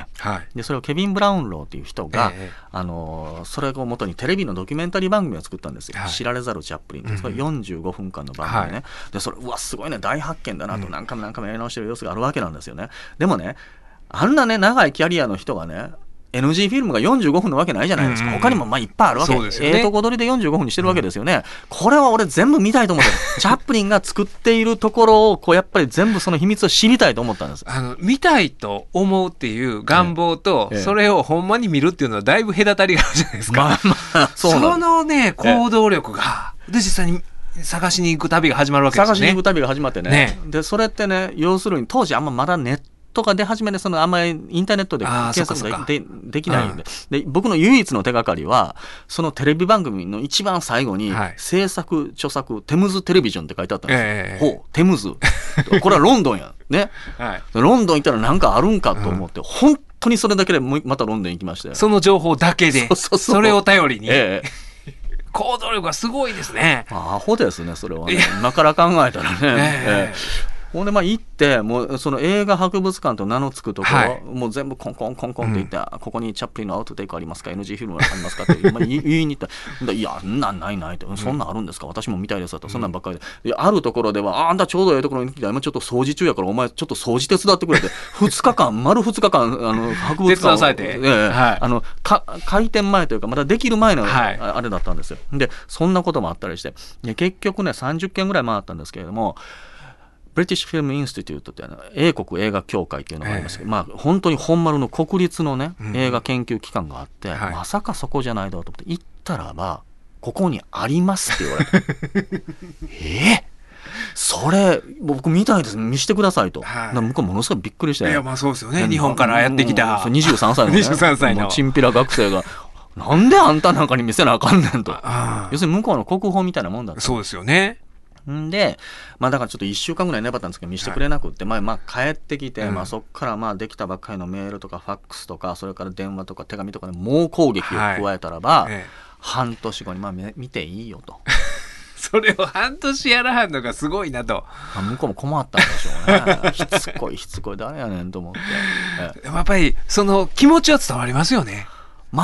でそれをケビン・ブラウンローっていう人が、それをもとにテレビのドキュメンタリー番組を作ったんですよ、知られざるチャップリンって、それ45分間の番組ね、でそれうわすごいね大発見だなと何回もやり直してる様子があるわけなんですよね。でもねあんなね長いキャリアの人がねNG フィルムが45分なわけないじゃないですか。他にもいっぱいあるわけですよね。とこ取りで45分にしてるわけですよね。これは俺全部見たいと思ってチャップリンが作っているところをやっぱり全部その秘密を知りたいと思ったんです。 見たいと思うっていう願望と、それをほんまに見るっていうのはだいぶ隔たりがあるじゃないですか。そのね行動力がで実際に探しに行く旅が始まるわけですよね。 探しに行く旅が始まってね。でそれってね要するに当時まだネットとか出始めであんまりインターネットで検索が できないんで、僕の唯一の手がかりはそのテレビ番組の一番最後に、制作著作テムズテレビジョンって書いてあったんですよ。テムズこれはロンドンやね、ロンドン行ったら何かあるんかと思って、本当にそれだけでまたロンドン行きまして、 その情報だけでそれを頼りに、行動力がすごいですね。 アホですねそれはね、今から考えたらね。ほんで行ってもうその映画博物館と名の付くところ、もう全部コンコンって言って、ここにチャップリンのアウトテイクありますか NG フィルムありますかって言いに行ったいやないってそんなんあるんですか私も見たいですと、そんなんばっかりで、あるところではあんたちょうどいいところに来た今ちょっと掃除中やからお前ちょっと掃除手伝ってくれて丸2日間博物館を手伝わされて、 開店前というかまたできる前のあれだったんですよ。でそんなこともあったりして結局ね30件ぐらい回ったんですけれども、ブリティッシュフィルムインスティテュートって英国映画協会っていうのがありますけど、本当に本丸の国立のね、映画研究機関があって、まさかそこじゃないだろうと思って行ったらばここにありますって言われてそれ僕見たいです見してくださいと、向こうものすごいびっくりして、 そうですよね、日本からやってきた 23歳のね 23歳のチンピラ学生がなんであんたなんかに見せなあかんねんと要するに向こうの国宝みたいなもんだった。 そうですよね。 でだからちょっと1週間ぐらい粘ったんですけど見せてくれなくって、帰ってきて、そっからできたばっかりのメールとかファックスとかそれから電話とか手紙とかで猛攻撃を加えたらば、半年後に見ていいよとそれを半年やらはんのがすごいなと、 向こうも困ったんでしょうねしつこい誰やねんと思って、 やっぱりその気持ちは伝わりますよね。 よ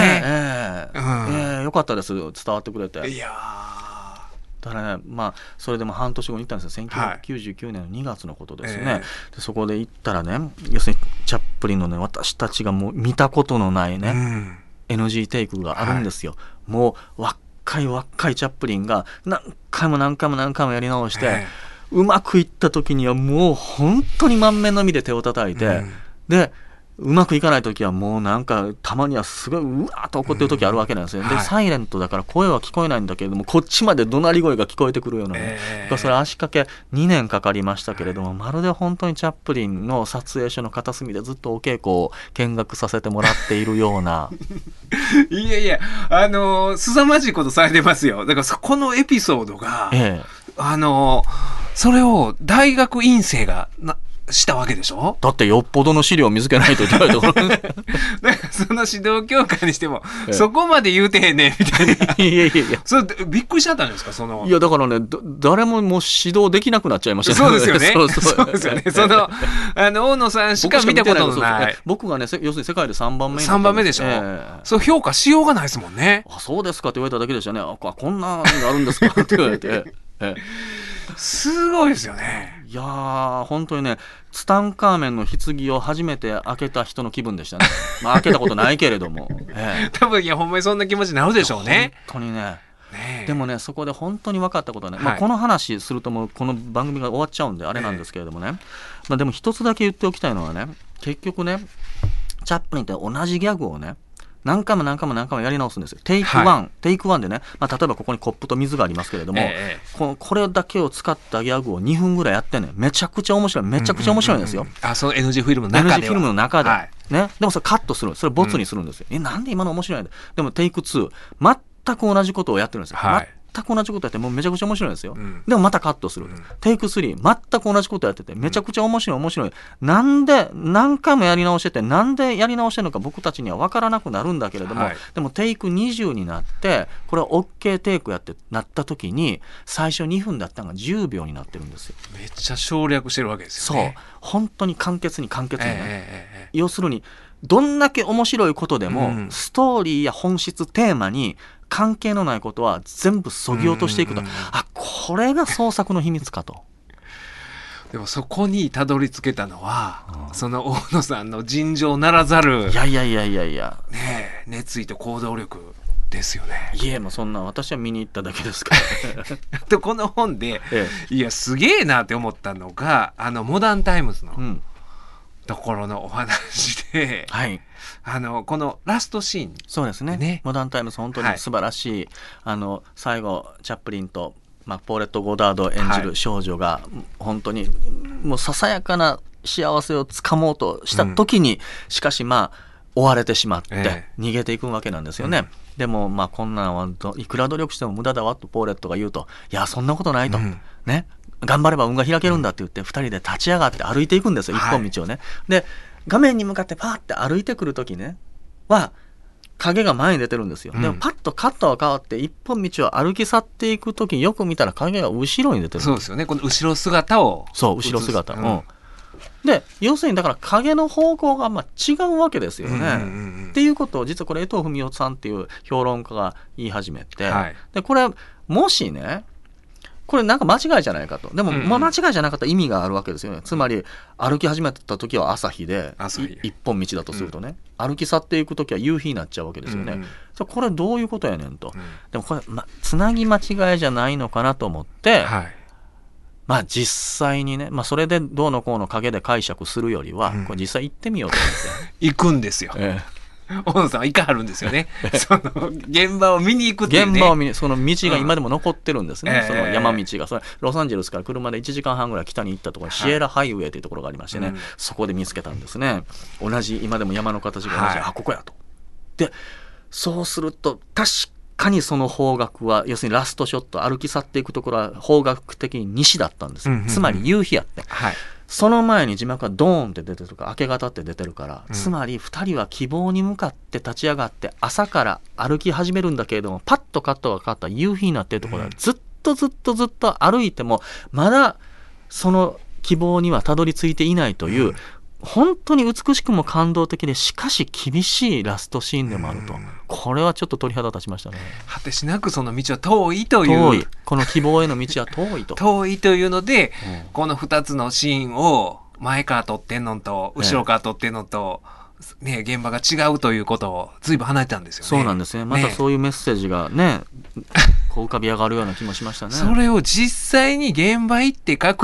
かったです伝わってくれて。いやだからねそれでも半年後に行ったんですよ。1999年の2月のことですね。でそこで行ったらね要するにチャップリンのね私たちがもう見たことのないね、NG テイクがあるんですよ。もう若いチャップリンが何回もやり直して、うまくいった時にはもう本当に満面の笑みで手を叩いて、でうまくいかない時はもうなんかたまにはすごいうわーっと怒ってる時あるわけなんですよ、でサイレントだから声は聞こえないんだけれどもこっちまで怒鳴り声が聞こえてくるようなね、それ足掛け2年かかりましたけれども、まるで本当にチャップリンの撮影所の片隅でずっとお稽古を見学させてもらっているようないやいや凄まじいことされてますよ。だからこのエピソードが、それを大学院生がしたわけでしょ。 だってよっぽどの資料を見つけないといけないところだからその指導教官にしても、そこまで言うてへんねみたいな。 いやそれびっくりしちゃったんですか。 いやだからね誰ももう指導できなくなっちゃいましたね。 そうですよね。そうですよね。大野さんしか見たことのない。 僕がね要するに世界で3番目 3番目でしょ、そう評価しようがないですもんね。 あそうですかって言われただけでしたね。こんなのがあるんですかって言われてすごいですよね。 いやー本当にねツタンカーメンの棺を初めて開けた人の気分でしたね。開けたことないけれども、 多分ほんまにそんな気持ちになるでしょうね。 本当にね。でもねそこで本当に分かったことはね、この話するともうこの番組が終わっちゃうんであれなんですけれどもね、でも一つだけ言っておきたいのはね、結局ねチャップリンって同じギャグをね何回もやり直すんですよ。テイク1でね、例えばここにコップと水がありますけれども、これだけを使ったギャグを2分ぐらいやってね、めちゃくちゃ面白いんですよ。 その NG フィルムの中で NG フィルムの中で、ね、でもそれカットする、それボツにするんですよ。なんで今の面白いんだ。でもテイク2全く同じことをやってるんですよ。全く同じことやってもうめちゃくちゃ面白いんですよ、でもまたカットする、テイク3全く同じことやっててめちゃくちゃ面白い、なんで何回もやり直しててなんでやり直してるのか僕たちには分からなくなるんだけれども、でもテイク20になってこれは OK テイクやってなった時に最初2分だったのが10秒になってるんですよ。 めっちゃ省略してるわけですよね。 そう本当に簡潔にね、要するにどんだけ面白いことでも、ストーリーや本質テーマに関係のないことは全部削ぎ落としていくと、これが創作の秘密かと。 でもそこにたどり着けたのは、その大野さんの尋常ならざるいやね熱意と行動力ですよね。 いえもうそんな私は見に行っただけですからでこの本で、いやすげえなって思ったのがモダンタイムズの、ところのお話で、このラストシーン、 そうですね、モダンタイムズ本当に素晴らしい、最後チャップリンと、ポーレット・ゴダード演じる少女が、本当にもうささやかな幸せをつかもうとした時に、しかし追われてしまって逃げていくわけなんですよね、でもこんなんはいくら努力しても無駄だわとポーレットが言うと、いやそんなことないと、ね頑張れば運が開けるんだって言って2人で立ち上がって歩いていくんですよ、一本道をね。で画面に向かってパーって歩いてくる時ね影が前に出てるんですよ、でもパッとカットが変わって一本道を歩き去っていく時によく見たら影が後ろに出てる。 そうですよね、この後ろ姿を後ろ姿、で要するにだから影の方向が違うわけですよね、っていうことを実はこれ江藤文夫さんっていう評論家が言い始めて、でこれもしねこれなんか間違いじゃないかと。でも、間違いじゃなかった意味があるわけですよね。つまり歩き始めた時は朝日で一本道だとするとね、歩き去っていく時は夕日になっちゃうわけですよね、これどういうことやねんと、でもこれ、つなぎ間違いじゃないのかなと思って、実際にね、それでどうのこうの影で解釈するよりは、これ実際行ってみようと思って行くんですよ、大野さんは行かはるんですよねその現場を見に行くっていうね。 現場を見に、その道が今でも残ってるんですね、その山道が。それロサンゼルスから車で1時間半ぐらい北に行ったところにシエラハイウェイというところがありましてね、そこで見つけたんですね。同じ今でも山の形が同じ、ここやと。でそうすると確かにその方角は要するにラストショット歩き去っていくところは方角的に西だったんです、つまり夕日やって、その前に字幕がドーンって出てるとか明け方って出てるから、つまり2人は希望に向かって立ち上がって朝から歩き始めるんだけれども、パッとカットがかかった夕日になっているところはずっと歩いてもまだその希望にはたどり着いていないという、本当に美しくも感動的でしかし厳しいラストシーンでもあると、これはちょっと鳥肌立ちましたね。 果てしなくその道は遠いという、 この希望への道は遠いと遠いというので、この2つのシーンを前から撮ってんのと後ろから撮ってんのと、現場が違うということを随分離れたんですよね。 そうなんですね。またそういうメッセージがねこう浮かび上がるような気もしましたね。 それを実際に現場行って確認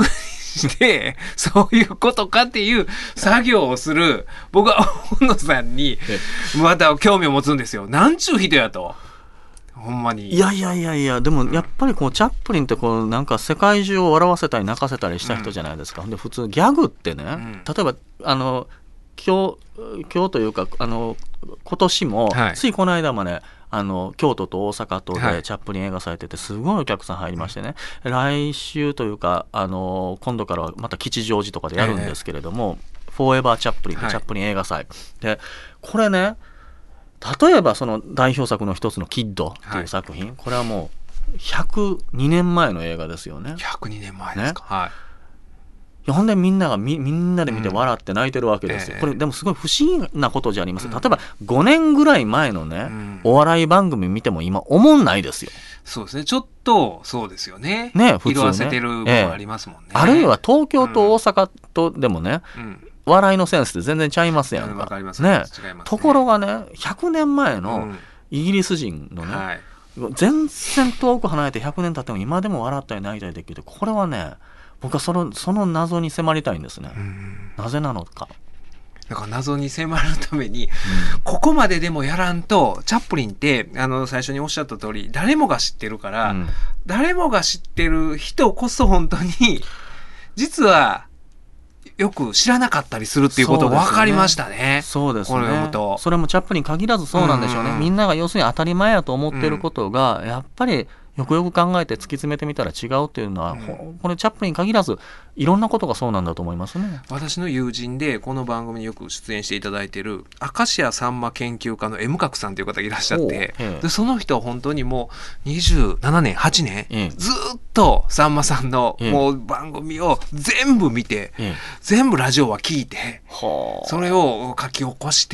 してそういうことかっていう作業をする僕は大野さんにまた興味を持つんですよ。なんちゅう人やと。ほんまに。 いやでもやっぱりこうチャップリンってこうなんか世界中を笑わせたり泣かせたりした人じゃないですか。で普通ギャグってね、例えば今日というか今年も、ついこの間まで京都と大阪とでチャップリン映画されててすごいお客さん入りましてね、来週というか今度からはまた吉祥寺とかでやるんですけれども、フォーエバーチャップリンってチャップリン映画祭で、これね例えばその代表作の一つのキッドっていう作品、これはもう102年前の映画ですよね。 102年前ですか、 ほんでみんなで見て笑って泣いてるわけですよ。これでもすごい不思議なことじゃありません。例えば5年ぐらい前のね、お笑い番組見ても今思んないですよ。 そうですね、ちょっとそうですよね。 普通ね色あせてる部分ありますもんね。 あるいは東京と大阪とでもね、笑いのセンスって全然ちゃいますやんか。ところがね100年前のイギリス人のね、全然遠く離れて100年経っても今でも笑ったり泣いたりできる。これはね僕はその謎に迫りたいんですね。なぜなのか。 だから謎に迫るために、ここまででもやらんと、チャップリンって最初におっしゃった通り誰もが知ってるから、誰もが知ってる人こそ本当に実はよく知らなかったりするっていうことが分かりましたね。 そうですね。 これ読むとそれもチャップリン限らずそうなんでしょうね。みんなが要するに当たり前やと思っていることが、やっぱりよくよく考えて突き詰めてみたら違うっていうのは、これチャップリン限らずいろんなことがそうなんだと思いますね。 私の友人でこの番組によく出演していただいている明石家さんま研究家の M 角さんという方がいらっしゃって、でその人は本当にもう27年8年、ずっとさんまさんのもう番組を全部見て、全部ラジオは聞いて、それを書き起こして、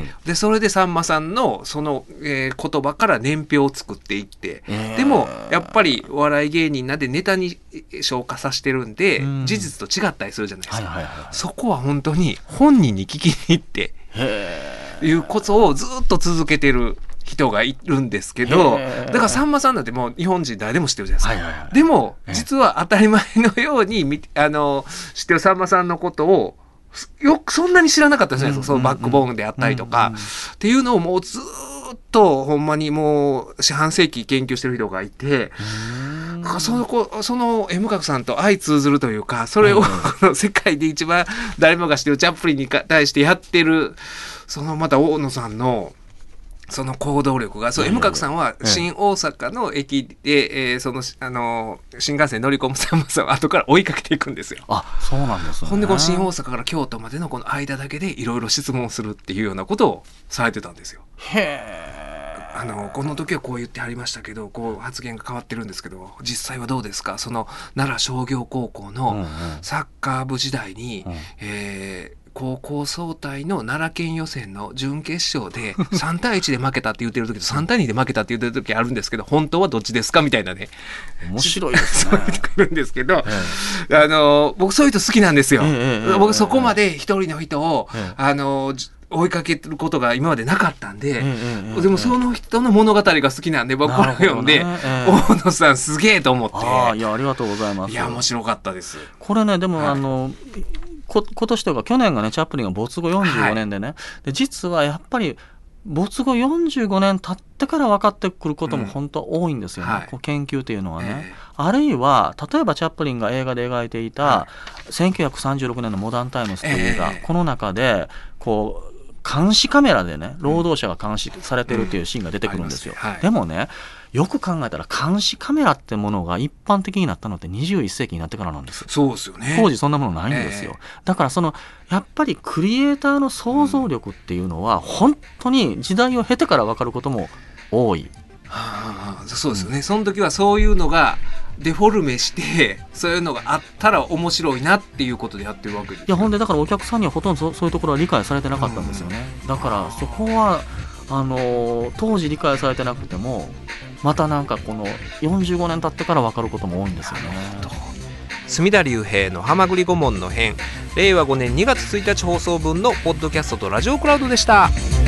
でそれでさんまさんのその、言葉から年表を作っていって、でもやっぱりお笑い芸人なんでネタに消化させてるんで、事実と違ったりするじゃないですか。そこは本当に本人に聞きに行っていうことをずっと続けてる人がいるんですけど、だからさんまさんなんてもう日本人誰でも知ってるじゃないですか。でも実は当たり前のように知ってるさんまさんのことをよくそんなに知らなかったですね。そのバックボーンであったりとかっていうのをもうずっとほんまにもう四半世紀研究してる人がいて、その M 角さんと相通ずるというか、それをこの世界で一番誰もが知ってるチャップリンに対してやってるそのまた大野さんのその行動力が、M 角さんは新大阪の駅で、新幹線に乗り込むさんまさんを後から追いかけていくんですよ。 そうなんですね。 ほんでこの新大阪から京都までのこの間だけでいろいろ質問するっていうようなことをされてたんですよ。この時はこう言ってはりましたけど、こう発言が変わってるんですけど、実際はどうですか。その奈良商業高校のサッカー部時代に、高校総体の奈良県予選の準決勝で3対1で負けたって言ってる時と3対2で負けたって言ってる時あるんですけど、本当はどっちですかみたいなね。 面白いですね。 そういう人がいるんですけど、僕そういう人好きなんですよ。僕そこまで一人の人を、追いかけることが今までなかったんで、でもその人の物語が好きなんで、僕これを読んで、大野さんすげえと思って。 いやありがとうございます。 いや面白かったです。 これねでも今年というか去年がねチャップリンが没後45年でね、で実はやっぱり没後45年経ってから分かってくることも本当は多いんですよね、こう研究というのはね、あるいは例えばチャップリンが映画で描いていた、1936年のモダンタイムスという映画、この中でこう監視カメラでね労働者が監視されてるっていうシーンが出てくるんですよ、でもねよく考えたら監視カメラってものが一般的になったのって21世紀になってからなんです。 そうですよね。 当時そんなものないんですよ、だからやっぱりクリエイターの想像力っていうのは本当に時代を経てから分かることも多い。 そうですよね、その時はそういうのがデフォルメしてそういうのがあったら面白いなっていうことでやってるわけです、ね、 いやほんでだからお客さんにはほとんどそういうところは理解されてなかったんですよね、だからそこは当時理解されてなくてもまたなんかこの45年経ってから分かることも多いんですよね。 隅田隆平のはまぐり顧問の編、令和5年2月1日放送分のポッドキャストとラジオクラウドでした。